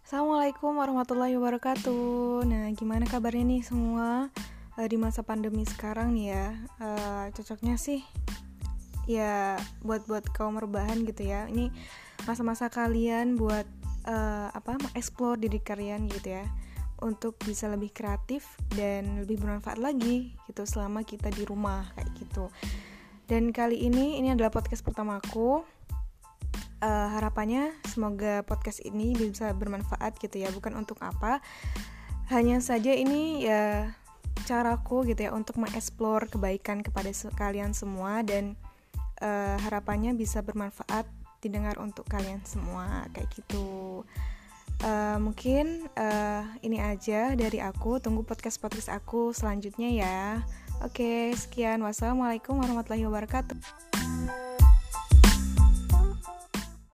Assalamualaikum warahmatullahi wabarakatuh. Nah, gimana kabarnya nih semua di masa pandemi sekarang nih ya? Cocoknya sih ya buat kaum rebahan gitu ya. Ini masa-masa kalian buat explore diri kalian gitu ya, untuk bisa lebih kreatif dan lebih bermanfaat lagi gitu selama kita di rumah kayak gitu. Dan kali ini adalah podcast pertamaku. Harapannya semoga podcast ini bisa bermanfaat gitu ya, bukan untuk apa, hanya saja ini ya caraku gitu ya untuk mengeksplor kebaikan kepada kalian semua, dan harapannya bisa bermanfaat didengar untuk kalian semua kayak gitu. Mungkin ini aja dari aku, tunggu podcast aku selanjutnya ya. Oke, sekian, wassalamualaikum warahmatullahi wabarakatuh.